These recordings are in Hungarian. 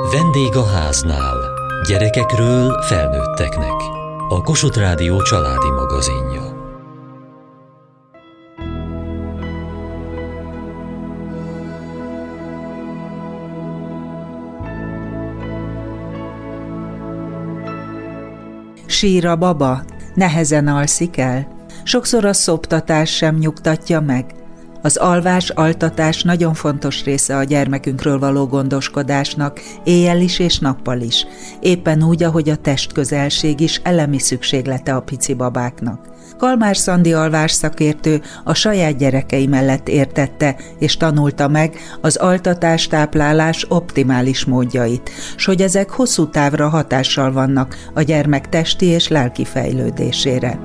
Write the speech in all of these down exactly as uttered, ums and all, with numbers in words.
Vendég a háznál. Gyerekekről felnőtteknek. A Kossuth Rádió családi magazinja. Sír a baba, nehezen alszik el. Sokszor a szoptatás sem nyugtatja meg. Az alvás-altatás nagyon fontos része a gyermekünkről való gondoskodásnak, éjjel is és nappal is. Éppen úgy, ahogy a testközelség is elemi szükséglete a pici babáknak. Kalmár Szandi alvásszakértő a saját gyerekei mellett értette és tanulta meg az altatás-táplálás optimális módjait, s hogy ezek hosszú távra hatással vannak a gyermek testi és lelki fejlődésére.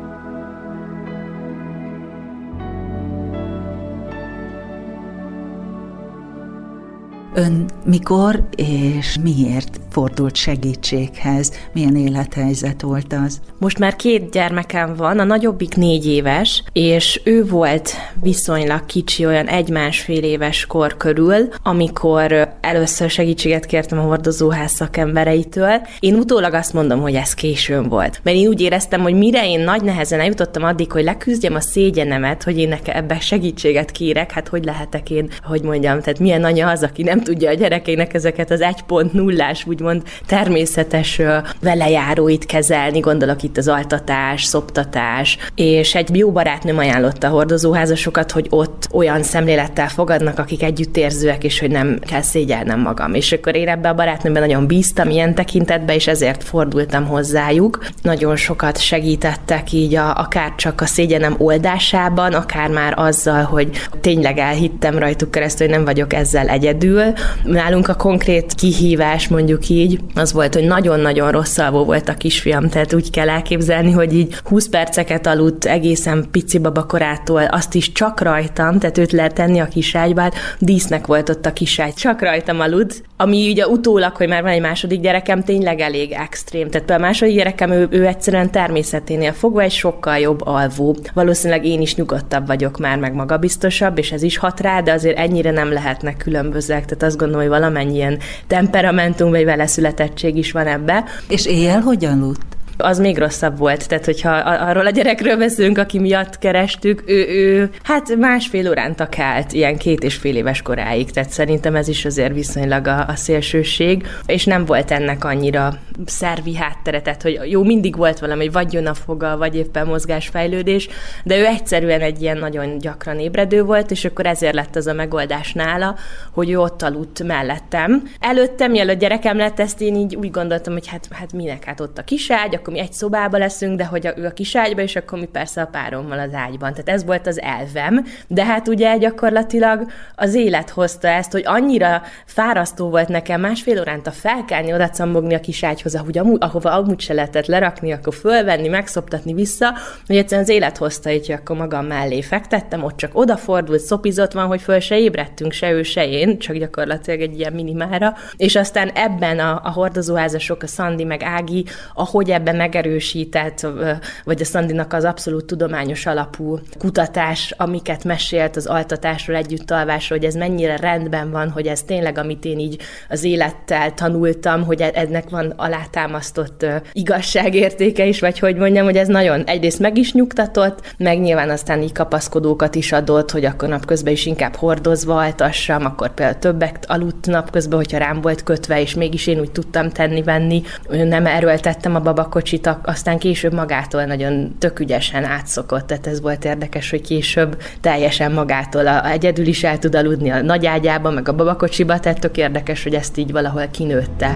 Ön mikor és miért fordult segítséghez? Milyen élethelyzet volt az? Most már két gyermekem van, a nagyobbik négy éves, és ő volt viszonylag kicsi, olyan egy-másfél éves kor körül, amikor először segítséget kértem a hordozóház szakembereitől. Én utólag azt mondom, hogy ez későn volt. Mert én úgy éreztem, hogy mire én nagy nehezen eljutottam addig, hogy leküzdjem a szégyenemet, hogy én nekem ebben segítséget kérek, hát hogy lehetek én, hogy mondjam, tehát milyen anya az, aki nem tudja a gyerekeinek ezeket az egy pont nullás, úgymond természetes velejáróit kezelni, gondolok itt az altatás, szoptatás, és egy jó barátnőm ajánlotta a hordozóházasokat, hogy ott olyan szemlélettel fogadnak, akik együttérzőek, és hogy nem kell szégyelnem magam. És akkor én ebbe a barátnőmben nagyon bíztam ilyen tekintetben, és ezért fordultam hozzájuk. Nagyon sokat segítettek így a, akár csak a szégyenem oldásában, akár már azzal, hogy tényleg elhittem rajtuk keresztül, hogy nem vagyok ezzel egyedül. Nálunk a konkrét kihívás, mondjuk így, az volt, hogy nagyon-nagyon rossz alvó volt a kisfiam, tehát úgy kell elképzelni, hogy így húsz perceket aludt egészen pici babakorától, azt is csak rajtam, tehát őt lehet tenni a kiságyba, dísznek volt ott a kiságy, csak rajtam aludt, ami ugye utólag, hogy már van egy második gyerekem, tényleg elég extrém. Tehát a második gyerekem, ő, ő egyszerűen természeténél fogva egy sokkal jobb alvó. Valószínűleg én is nyugodtabb vagyok már, meg magabiztosabb, és ez is hat rá, de azért ennyire nem lehetnek különbözőek. Tehát azt gondolom, hogy valamennyien temperamentum vagy veleszületettség is van ebbe. És éjjel hogyan aludt? Az még rosszabb volt, tehát hogyha arról a gyerekről beszélünk, aki miatt kerestük, ő, ő hát másfél órán takált, ilyen két és fél éves koráig, tehát szerintem ez is azért viszonylag a, a szélsőség, és nem volt ennek annyira szervi háttere, tehát hogy jó, mindig volt valami, hogy vagy jön a foga, vagy éppen mozgásfejlődés, de ő egyszerűen egy ilyen nagyon gyakran ébredő volt, és akkor ezért lett az a megoldás nála, hogy ő ott aludt mellettem. Előttem, mielőtt gyerekem lett, ezt én így úgy gondoltam, hogy hát, hát minek, hát ott a kiságy, akkor mi egy szobába leszünk, de hogy a, ő a kiságyba, és akkor mi persze a párommal az ágyban. Tehát ez volt az elvem, de hát ugye gyakorlatilag az élet hozta ezt, hogy annyira fárasztó volt nekem másfél óránta felkelni, odacambogni a kiságyhoz, ahogy amúgy, ahova amúgy se lehetett lerakni, akkor fölvenni, megszoptatni vissza, hogy egyszerűen az élet hozta, hogy akkor magam mellé fektettem, ott csak odafordult, szopizott van, hogy föl se ébredtünk, se ő, se én, csak gyakorlatilag egy ilyen minimára, és aztán ebben a, a hordozóházasok, a Szandi meg Ági, ahogy ebben megerősített, vagy a Szandinak az abszolút tudományos alapú kutatás, amiket mesélt az altatásról, együttalvásról, hogy ez mennyire rendben van, hogy ez tényleg, amit én így az élettel tanultam, hogy ennek van alátámasztott igazságértéke is, vagy hogy mondjam, hogy ez nagyon egyrészt meg is nyugtatott, meg nyilván aztán így kapaszkodókat is adott, hogy akkor napközben is inkább hordozva altassam, akkor például többek aludt napközben, hogyha rám volt kötve, és mégis én úgy tudtam tenni-venni, nem erőltettem a babakocsit, aztán később magától nagyon tök ügyesen átszokott, tehát ez volt érdekes, hogy később teljesen magától a, a egyedül is el tud aludni a nagy ágyába, meg a babakocsiba, tehát tök érdekes, hogy ezt így valahol kinőtte.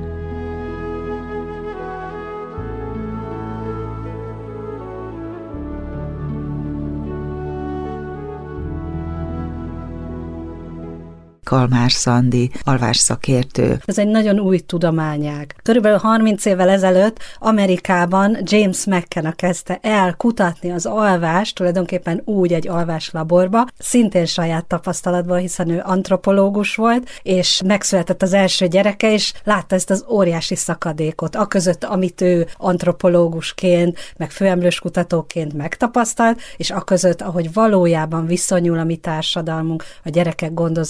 Kalmár Szandi, alvásszakértő. Ez egy nagyon új tudományág. Körülbelül harminc évvel ezelőtt Amerikában James McKenna kezdte el kutatni az alvást, tulajdonképpen úgy egy alváslaborba, szintén saját tapasztalatból, hiszen ő antropológus volt, és megszületett az első gyereke, és látta ezt az óriási szakadékot, aközött, amit ő antropológusként, meg főemlős kutatóként megtapasztalt, és aközött, ahogy valójában viszonyul a mi társadalmunk a gyerekek gondozásához,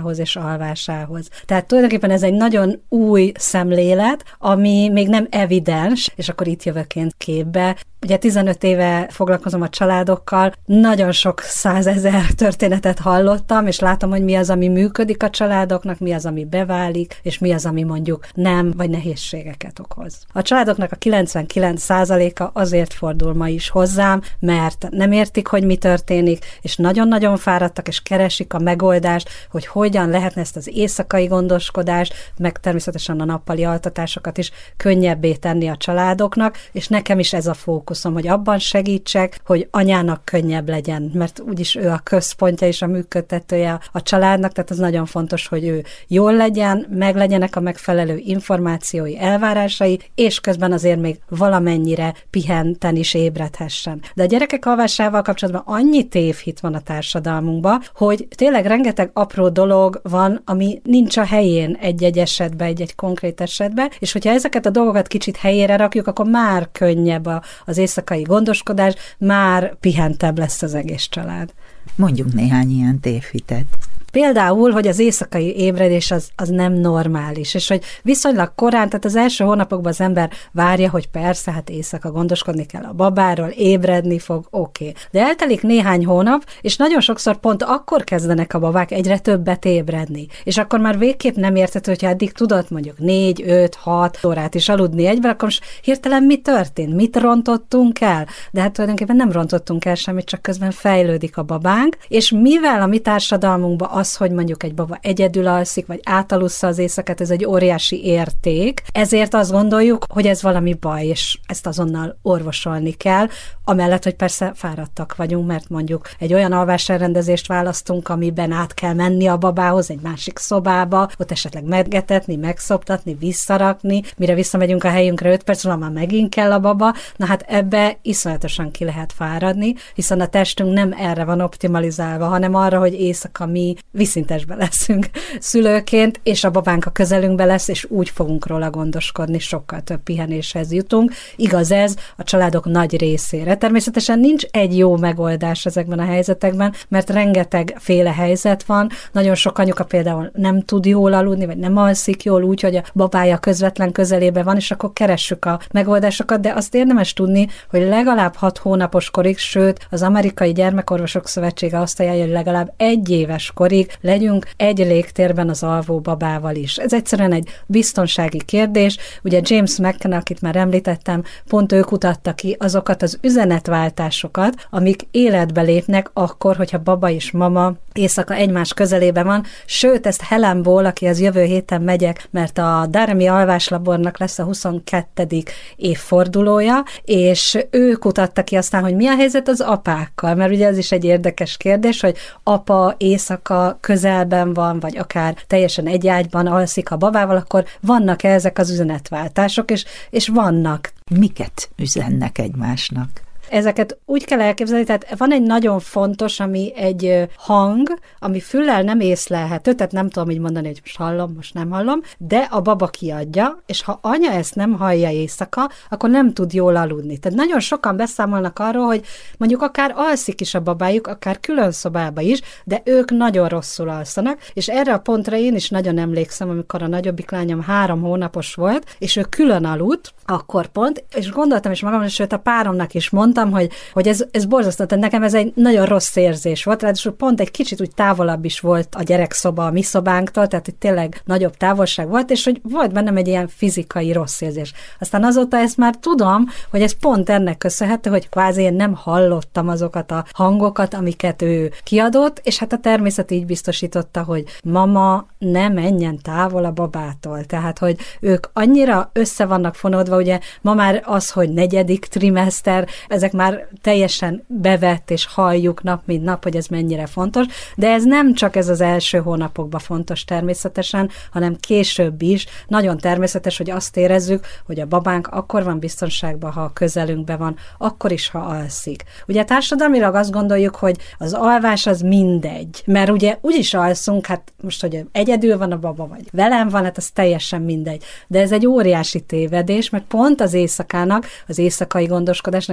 munkájához és alvásához. Tehát tulajdonképpen ez egy nagyon új szemlélet, ami még nem evidens, és akkor itt jövök én képbe. Ugye tizenöt éve foglalkozom a családokkal, nagyon sok százezer történetet hallottam, és látom, hogy mi az, ami működik a családoknak, mi az, ami beválik, és mi az, ami mondjuk nem, vagy nehézségeket okoz. A családoknak a kilencvenkilenc százaléka azért fordul ma is hozzám, mert nem értik, hogy mi történik, és nagyon-nagyon fáradtak, és keresik a megoldást, hogy hogyan lehetne ezt az éjszakai gondoskodást, meg természetesen a nappali altatásokat is könnyebbé tenni a családoknak, és nekem is ez a fókuszom, hogy abban segítsek, hogy anyának könnyebb legyen, mert úgyis ő a központja és a működtetője a családnak, tehát az nagyon fontos, hogy ő jól legyen, meglegyenek a megfelelő információi, elvárásai, és közben azért még valamennyire pihenten is ébredhessen. De a gyerekek alvásával kapcsolatban annyi tévhit van a társadalmunkban, hogy tényleg rengeteg apró dolog van, ami nincs a helyén egy-egy esetben, egy-egy konkrét esetben, és hogyha ezeket a dolgokat kicsit helyére rakjuk, akkor már könnyebb a, az éjszakai gondoskodás, már pihentebb lesz az egész család. Mondjuk néhány ilyen tévhitet. Például, hogy az éjszakai ébredés az, az nem normális, és hogy viszonylag korán, tehát az első hónapokban az ember várja, hogy persze, hát éjszaka gondoskodni kell a babáról, ébredni fog, oké. Okay. De eltelik néhány hónap, és nagyon sokszor pont akkor kezdenek a babák egyre többet ébredni. És akkor már végképp nem érthető, hogyha eddig tudott mondjuk négy, öt, hat órát is aludni egyben, akkor most hirtelen mi történt? Mit rontottunk el? De hát tulajdonképpen nem rontottunk el semmit, csak közben fejlődik a babánk, és mivel a mi társadalmunkban az, hogy mondjuk egy baba egyedül alszik, vagy átalussza az éjszakát, ez egy óriási érték. Ezért azt gondoljuk, hogy ez valami baj, és ezt azonnal orvosolni kell, amellett, hogy persze fáradtak vagyunk, mert mondjuk egy olyan alváselrendezést választunk, amiben át kell menni a babához egy másik szobába, ott esetleg megetetni, megszoptatni, visszarakni, mire visszamegyünk a helyünkre öt perc, már megint kell a baba. Na hát ebbe iszonyatosan ki lehet fáradni, hiszen a testünk nem erre van optimalizálva, hanem arra, hogy éjszaka mi viszintesben leszünk szülőként, és a babánk a közelünkben lesz, és úgy fogunk róla gondoskodni, sokkal több pihenéshez jutunk. Igaz ez a családok nagy részére. Természetesen nincs egy jó megoldás ezekben a helyzetekben, mert rengeteg féle helyzet van. Nagyon sok anyuka például nem tud jól aludni, vagy nem alszik jól úgy, hogy a babája közvetlen közelében van, és akkor keressük a megoldásokat, de azt érdemes tudni, hogy legalább hat hónapos korig, sőt, az Amerikai Gyermekorvosok Szövetsége azt ajánlja, hogy legalább egy éves korig legyünk egy légtérben az alvó babával is. Ez egyszerűen egy biztonsági kérdés. Ugye James McKenna, akit már említettem, pont ő kutatta ki azokat az üzenetváltásokat, amik életbe lépnek akkor, hogyha baba és mama éjszaka egymás közelében van. Sőt, ezt Helen Ball, akihez jövő héten megyek, mert a Durhami alváslabornak lesz a huszonkettedik évfordulója, és ő kutatta ki aztán, hogy mi a helyzet az apákkal, mert ugye ez is egy érdekes kérdés, hogy apa éjszaka közelben van, vagy akár teljesen egy ágyban alszik a babával, akkor vannak-e ezek az üzenetváltások, és, és vannak. Miket üzennek egymásnak? Ezeket úgy kell elképzelni, tehát van egy nagyon fontos, ami egy hang, ami füllel nem észlelhető, tehát nem tudom így mondani, hogy most hallom, most nem hallom, de a baba kiadja, és ha anya ezt nem hallja éjszaka, akkor nem tud jól aludni. Tehát nagyon sokan beszámolnak arról, hogy mondjuk akár alszik is a babájuk, akár külön szobába is, de ők nagyon rosszul alszanak, és erre a pontra én is nagyon emlékszem, amikor a nagyobbik lányom három hónapos volt, és ő külön aludt, akkor pont, és gondoltam is magam, sőt a páromnak is mondtam, hogy, hogy ez, ez borzasztó, tehát nekem ez egy nagyon rossz érzés volt, ráadásul pont egy kicsit úgy távolabb is volt a gyerekszoba a mi szobánktól, tehát itt tényleg nagyobb távolság volt, és hogy volt bennem egy ilyen fizikai rossz érzés. Aztán azóta ezt már tudom, hogy ez pont ennek köszönhető, hogy kvázi én nem hallottam azokat a hangokat, amiket ő kiadott, és hát a természet így biztosította, hogy mama ne menjen távol a babától, tehát hogy ők annyira össze vannak fonódva, ugye ma már az, hogy negyedik trimester, ezek már teljesen bevett, és halljuk nap, mint nap, hogy ez mennyire fontos, de ez nem csak ez az első hónapokban fontos természetesen, hanem később is. Nagyon természetes, hogy azt érezzük, hogy a babánk akkor van biztonságban, ha a közelünkben van, akkor is, ha alszik. Ugye társadalmilag azt gondoljuk, hogy az alvás az mindegy, mert ugye úgyis alszunk, hát most, hogy egyedül van a baba, vagy velem van, hát az teljesen mindegy. De ez egy óriási tévedés, mert pont az éjszakának, az éjszakai gondoskodásnak és az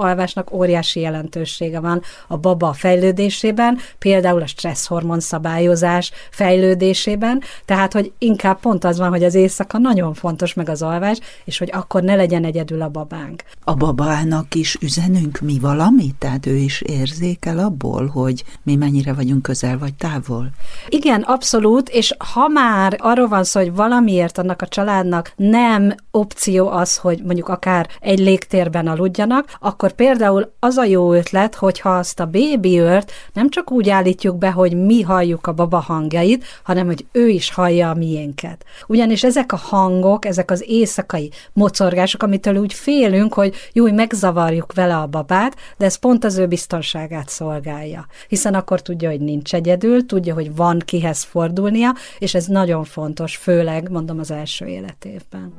alvásnak óriási jelentősége van a baba fejlődésében, például a stresszhormon szabályozás fejlődésében, tehát, hogy inkább pont az van, hogy az éjszaka nagyon fontos, meg az alvás, és hogy akkor ne legyen egyedül a babánk. A babának is üzenünk mi valamit? Tehát ő is érzékel abból, hogy mi mennyire vagyunk közel vagy távol? Igen, abszolút, és ha már arról van szó, hogy valamiért annak a családnak nem opció az, hogy mondjuk akár egy légtérben aludjanak, akkor például az a jó ötlet, hogyha azt a bébiőrt nem csak úgy állítjuk be, hogy mi halljuk a baba hangjait, hanem hogy ő is hallja a miénket. Ugyanis ezek a hangok, ezek az éjszakai mocorgások, amitől úgy félünk, hogy jó, hogy megzavarjuk vele a babát, de ez pont az ő biztonságát szolgálja. Hiszen akkor tudja, hogy nincs egyedül, tudja, hogy van kihez fordulnia, és ez nagyon fontos, főleg, mondom, az első életévben.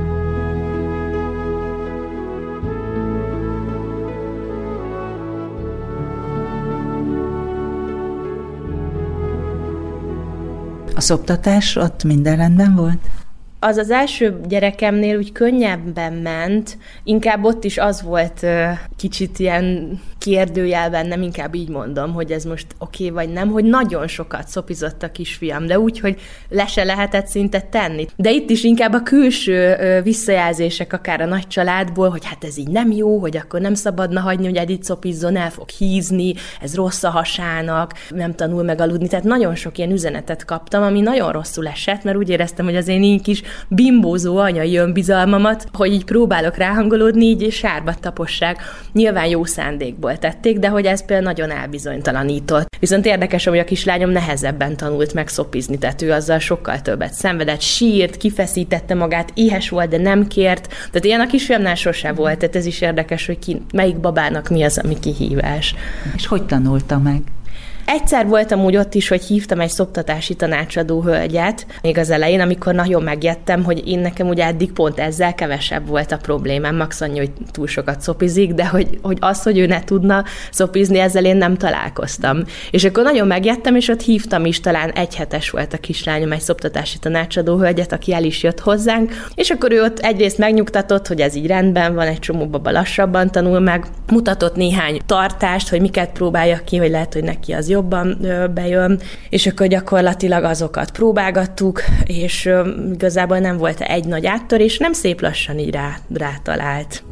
A szoptatás ott minden rendben volt? Az az első gyerekemnél úgy könnyebben ment, inkább ott is az volt uh, kicsit ilyen kérdőjelben, nem inkább így mondom, hogy ez most oké okay, vagy nem, hogy nagyon sokat szopizott a kisfiam, de úgy, hogy le se lehetett szinte tenni. De itt is inkább a külső uh, visszajelzések akár a nagy családból, hogy hát ez így nem jó, hogy akkor nem szabadna hagyni, hogy Edith szopizzon, el fog hízni, ez rossz a hasának, nem tanul meg aludni. Tehát nagyon sok ilyen üzenetet kaptam, ami nagyon rosszul esett, mert úgy éreztem, hogy az én így kis bimbózó anyai önbizalmamat, hogy így próbálok ráhangolódni, így és sárba tapossák. Nyilván jó szándékból tették, de hogy ez például nagyon elbizonytalanított. Viszont érdekes, hogy a kislányom nehezebben tanult meg szopizni, tehát ő azzal sokkal többet szenvedett, sírt, kifeszítette magát, éhes volt, de nem kért. Tehát ilyen a kisfiamnál sose volt, tehát ez is érdekes, hogy ki, melyik babának mi az, ami kihívás. És hogy tanulta meg? Egyszer voltam úgy ott is, hogy hívtam egy szoptatási tanácsadó hölgyet, még az elején, amikor nagyon megijedtem, hogy én nekem ugye eddig pont ezzel kevesebb volt a problémám. Max annyi, hogy túl sokat szopizik, de hogy, hogy az, hogy ő ne tudna szopizni, ezzel én nem találkoztam. És akkor nagyon megijedtem, és ott hívtam is, talán egyhetes volt a kislányom, egy szoptatási tanácsadó hölgyet, aki el is jött hozzánk, és akkor ő ott egyrészt megnyugtatott, hogy ez így rendben van, egy csomó baba lassabban tanul meg, mutatott néhány tartást, hogy miket próbáljak ki, hogy lehet, hogy neki az jobban bejön, és akkor gyakorlatilag azokat próbálgattuk, és igazából nem volt egy nagy áttörés, nem szép lassan így rá, rátalált.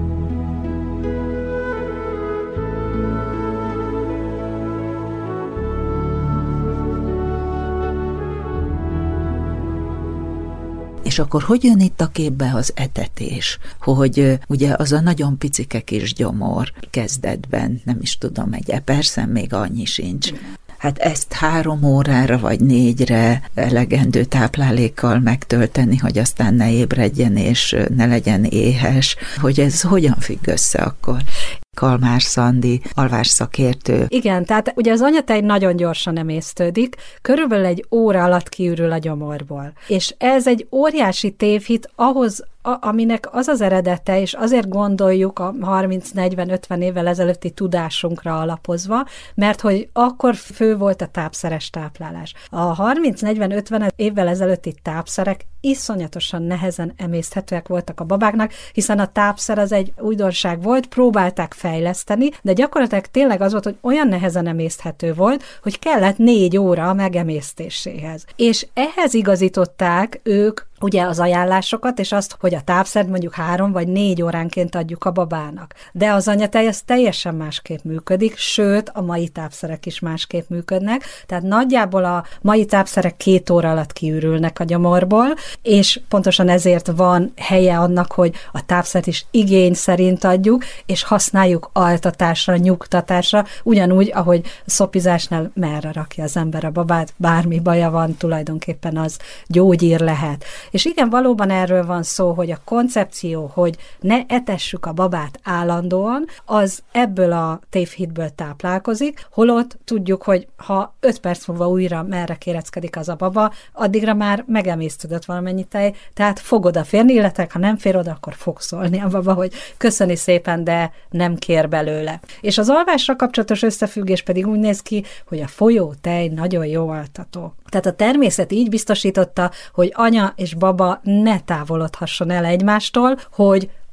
És akkor hogy jön itt a képbe az etetés? Hogy ugye az a nagyon picike kis gyomor kezdetben, nem is tudom, egy eperszem, még annyi sincs. Hát ezt három órára vagy négyre elegendő táplálékkal megtölteni, hogy aztán ne ébredjen és ne legyen éhes. Hogy ez hogyan függ össze akkor? Kalmár Szandi, alvásszakértő. Igen, tehát ugye az anyatej nagyon gyorsan emésztődik, körülbelül egy óra alatt kiürül a gyomorból. És ez egy óriási tévhit ahhoz, a, aminek az az eredete, és azért gondoljuk a harminc negyven ötven évvel ezelőtti tudásunkra alapozva, mert hogy akkor fő volt a tápszeres táplálás. A harminc negyven ötven évvel ezelőtti tápszerek iszonyatosan nehezen emészthetőek voltak a babáknak, hiszen a tápszer az egy újdonság volt, próbálták fejleszteni, de gyakorlatilag tényleg az volt, hogy olyan nehezen emészthető volt, hogy kellett négy óra a megemésztéséhez. És ehhez igazították ők ugye az ajánlásokat, és azt, hogy a tápszert mondjuk három vagy négy óránként adjuk a babának. De az anyatej az teljesen másképp működik, sőt, a mai tápszerek is másképp működnek, tehát nagyjából a mai tápszerek két óra alatt kiürülnek a gyomorból, és pontosan ezért van helye annak, hogy a tápszert is igény szerint adjuk, és használjuk altatásra, nyugtatásra, ugyanúgy, ahogy szopizásnál merre rakja az ember a babát, bármi baja van, tulajdonképpen az gyógyír lehet. És igen, valóban erről van szó, hogy a koncepció, hogy ne etessük a babát állandóan, az ebből a tévhitből táplálkozik, holott tudjuk, hogy ha öt perc múlva újra merre kéreckedik az a baba, addigra már megemésztődött valamennyi tej, tehát fog odaférni, illetve ha nem fér oda, akkor fog szólni a baba, hogy köszöni szépen, de nem kér belőle. És az alvásra kapcsolatos összefüggés pedig úgy néz ki, hogy a folyó tej nagyon jó altató. Tehát a természet így biztosította, hogy anya és baba ne távolodhasson el egymástól, hogy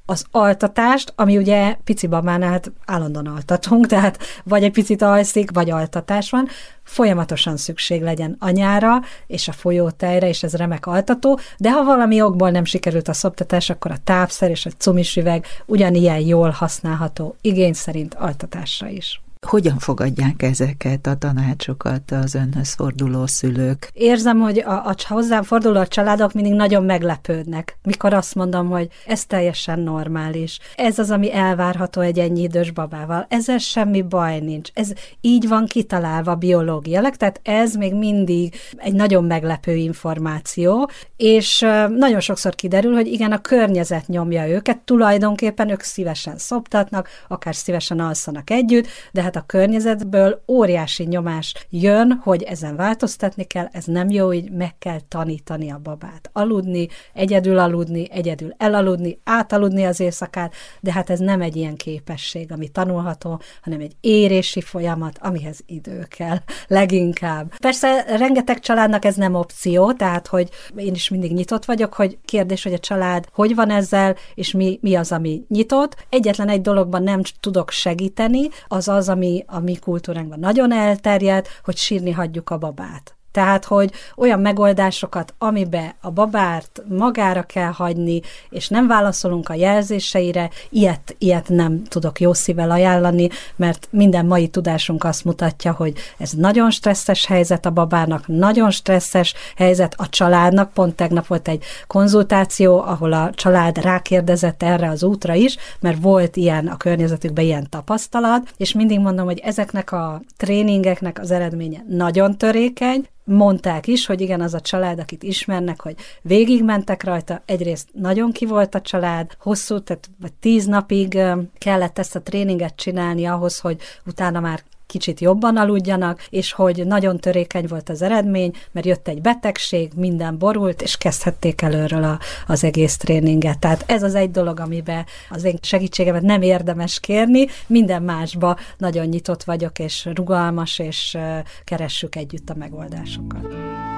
Az altatást, ami ugye pici babánál hát állandóan altatunk, tehát vagy egy picit alszik, vagy altatás van, folyamatosan szükség legyen anyára, és a folyótejre, és ez remek altató, de ha valami okból nem sikerült a szoptatás, akkor a tápszer és a cumis üveg ugyanilyen jól használható igény szerint altatásra is. Hogyan fogadják ezeket a tanácsokat az önhöz forduló szülők? Érzem, hogy a, a hozzám forduló családok mindig nagyon meglepődnek, mikor azt mondom, hogy ez teljesen normális. Ez az, ami elvárható egy ennyi idős babával. Ezzel semmi baj nincs. Ez így van kitalálva biológiailag, tehát ez még mindig egy nagyon meglepő információ, és nagyon sokszor kiderül, hogy igen, a környezet nyomja őket, tulajdonképpen ők szívesen szoptatnak, akár szívesen alszanak együtt, de hát a környezetből óriási nyomás jön, hogy ezen változtatni kell, ez nem jó, így meg kell tanítani a babát aludni, egyedül aludni, egyedül elaludni, átaludni az éjszakát, de hát ez nem egy ilyen képesség, ami tanulható, hanem egy érési folyamat, amihez idő kell, leginkább. Persze rengeteg családnak ez nem opció, tehát hogy én is mindig nyitott vagyok, hogy kérdés, hogy a család hogy van ezzel, és mi, mi az, ami nyitott. Egyetlen egy dologban nem tudok segíteni, az az, ami a mi kultúránkban nagyon elterjedt, hogy sírni hagyjuk a babát. Tehát, hogy olyan megoldásokat, amiben a babát magára kell hagyni, és nem válaszolunk a jelzéseire, ilyet, ilyet nem tudok jó szívvel ajánlani, mert minden mai tudásunk azt mutatja, hogy ez nagyon stresszes helyzet a babának, nagyon stresszes helyzet a családnak. Pont tegnap volt egy konzultáció, ahol a család rákérdezett erre az útra is, mert volt ilyen a környezetükben ilyen tapasztalat, és mindig mondom, hogy ezeknek a tréningeknek az eredménye nagyon törékeny. Mondták is, hogy igen, az a család, akit ismernek, hogy végigmentek rajta, egyrészt nagyon ki volt a család, hosszú, tehát vagy tíz napig kellett ezt a tréninget csinálni ahhoz, hogy utána már kicsit jobban aludjanak, és hogy nagyon törékeny volt az eredmény, mert jött egy betegség, minden borult, és kezdhették előről a, az egész tréninget. Tehát ez az egy dolog, amiben az én segítségemet nem érdemes kérni, minden másba nagyon nyitott vagyok, és rugalmas, és keressük együtt a megoldásokat.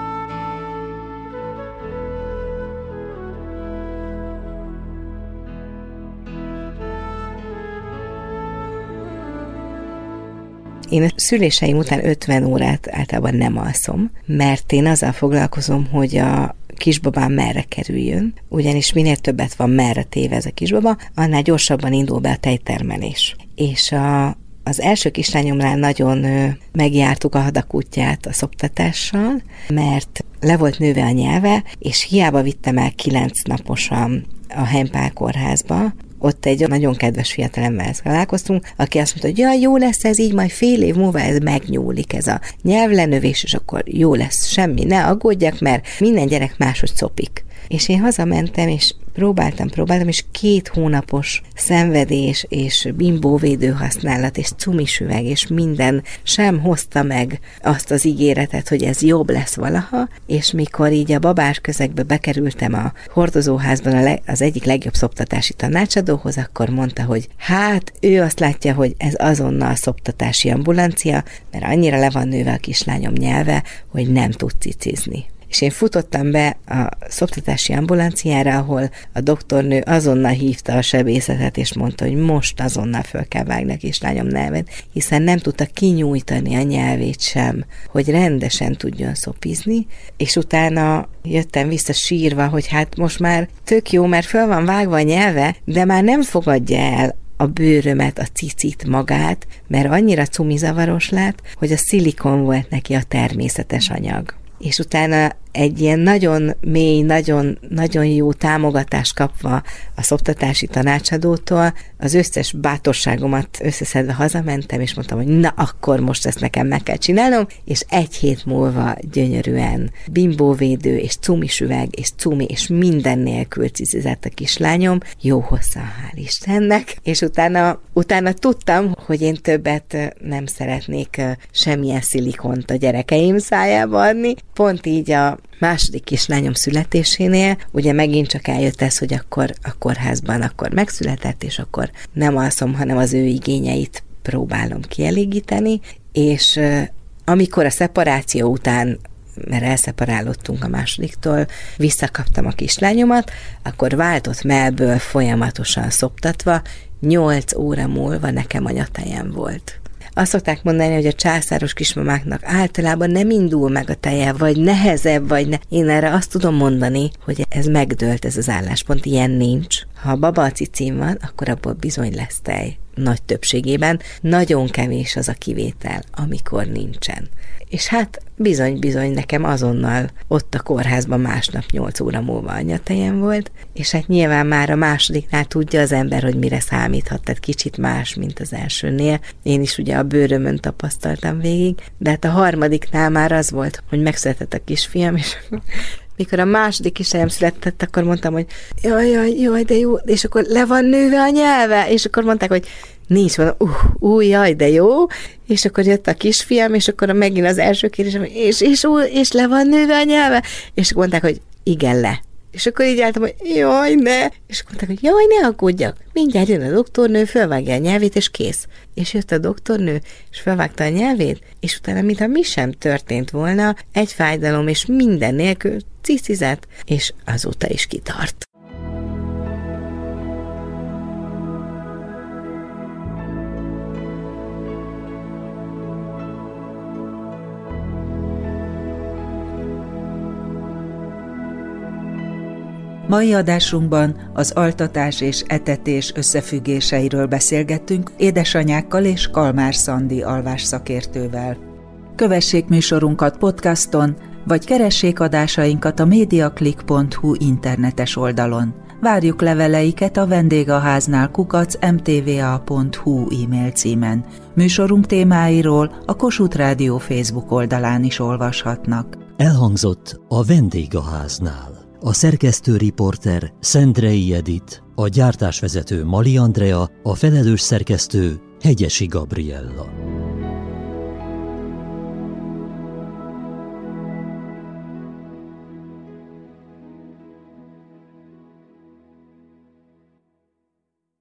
Én a szüléseim után ötven órát általában nem alszom, mert én azzal foglalkozom, hogy a kisbabám merre kerüljön, ugyanis minél többet van merre téve ez a kisbaba, annál gyorsabban indul be a tejtermelés. És a Az első kislányomnál nagyon ö, megjártuk a hadakútját a szoptatással, mert le volt nőve a nyelve, és hiába vittem el kilenc naposan a Hempál kórházba. Ott egy nagyon kedves fiatalember találkoztunk, aki azt mondta, hogy ja, jó lesz ez így, majd fél év múlva ez megnyúlik, ez a nyelvlenövés, és akkor jó lesz, semmi, ne aggódjak, mert minden gyerek máshogy szopik. És én hazamentem, és próbáltam, próbáltam, és két hónapos szenvedés, és bimbóvédő használat, és cumisüveg, és minden sem hozta meg azt az ígéretet, hogy ez jobb lesz valaha, és mikor így a babás közegbe bekerültem a hordozóházban a le- az egyik legjobb szoptatási tanácsadóhoz, akkor mondta, hogy hát ő azt látja, hogy ez azonnal szoptatási ambulancia, mert annyira le van nőve a kislányom nyelve, hogy nem tud cicizni. És én futottam be a szoptatási ambulanciára, ahol a doktornő azonnal hívta a sebészetet, és mondta, hogy most azonnal föl kell vágni a kislányom nyelvét, hiszen nem tudta kinyújtani a nyelvét sem, hogy rendesen tudjon szopizni, és utána jöttem vissza sírva, hogy hát most már tök jó, mert föl van vágva a nyelve, de már nem fogadja el a bőrömet, a cicit magát, mert annyira cumizavaros lett, hogy a szilikon volt neki a természetes anyag. És utána egy ilyen nagyon mély, nagyon, nagyon jó támogatást kapva a szoptatási tanácsadótól, az összes bátorságomat összeszedve hazamentem, és mondtam, hogy na, akkor most ezt nekem meg kell csinálnom, és egy hét múlva gyönyörűen bimbóvédő, és cumisüveg, és cumi, és minden nélkül cicizett a kislányom, jó hosszan, hál' Istennek, és utána, utána tudtam, hogy én többet nem szeretnék semmilyen szilikont a gyerekeim szájába adni. Pont így a második kislányom születésénél, ugye megint csak eljött ez, hogy akkor a kórházban akkor megszületett, és akkor nem alszom, hanem az ő igényeit próbálom kielégíteni, és amikor a szeparáció után mert elszeparálódtunk a másodiktól, visszakaptam a kislányomat, akkor váltott mellből folyamatosan szoptatva, nyolc óra múlva nekem anyatejem volt. Azt szokták mondani, hogy a császáros kismamáknak általában nem indul meg a teje, vagy nehezebb, vagy ne. Én erre azt tudom mondani, hogy ez megdőlt, ez az álláspont, ilyen nincs. Ha a baba a cicin van, akkor abból bizony lesz tej. Nagy többségében nagyon kevés az a kivétel, amikor nincsen. És hát bizony-bizony nekem azonnal ott a kórházban másnap nyolc óra múlva anyatejem volt, és hát nyilván már a másodiknál tudja az ember, hogy mire számíthat, tehát kicsit más, mint az elsőnél. Én is ugye a bőrömön tapasztaltam végig, de hát a harmadiknál már az volt, hogy megszületett a kisfiam, és mikor a második kisfiam született, akkor mondtam, hogy jaj, jaj, jaj, de jó, és akkor le van nőve a nyelve, és akkor mondták, hogy nincs, mondom, uh, új, jaj, de jó, és akkor jött a kisfiam, és akkor megint az első kérdésem, és, és, és le van nőve a nyelve, és akkor mondták, hogy igen, le. És akkor így álltam, hogy jaj, ne, és akkor mondták, hogy jaj, ne aggódjak, mindjárt jön a doktornő, fölvágja a nyelvét, és kész. És jött a doktornő, és felvágta a nyelvét, és utána, mintha mi sem történt volna, egy fájdalom, és minden nélkül cicizett, és azóta is kitart. Mai adásunkban az altatás és etetés összefüggéseiről beszélgettünk édesanyákkal és Kalmár Szandi alvásszakértővel. Kövessék műsorunkat podcaston, vagy keressék adásainkat a mediaclick pont hu internetes oldalon. Várjuk leveleiket a vendégháznál kukac em té vé á pont hu e-mail címen. Műsorunk témáiról a Kossuth Rádió Facebook oldalán is olvashatnak. Elhangzott a vendégháznál. A szerkesztő riporter Szendrei Edit, a gyártásvezető Mali Andrea, a felelős szerkesztő Hegyesi Gabriella.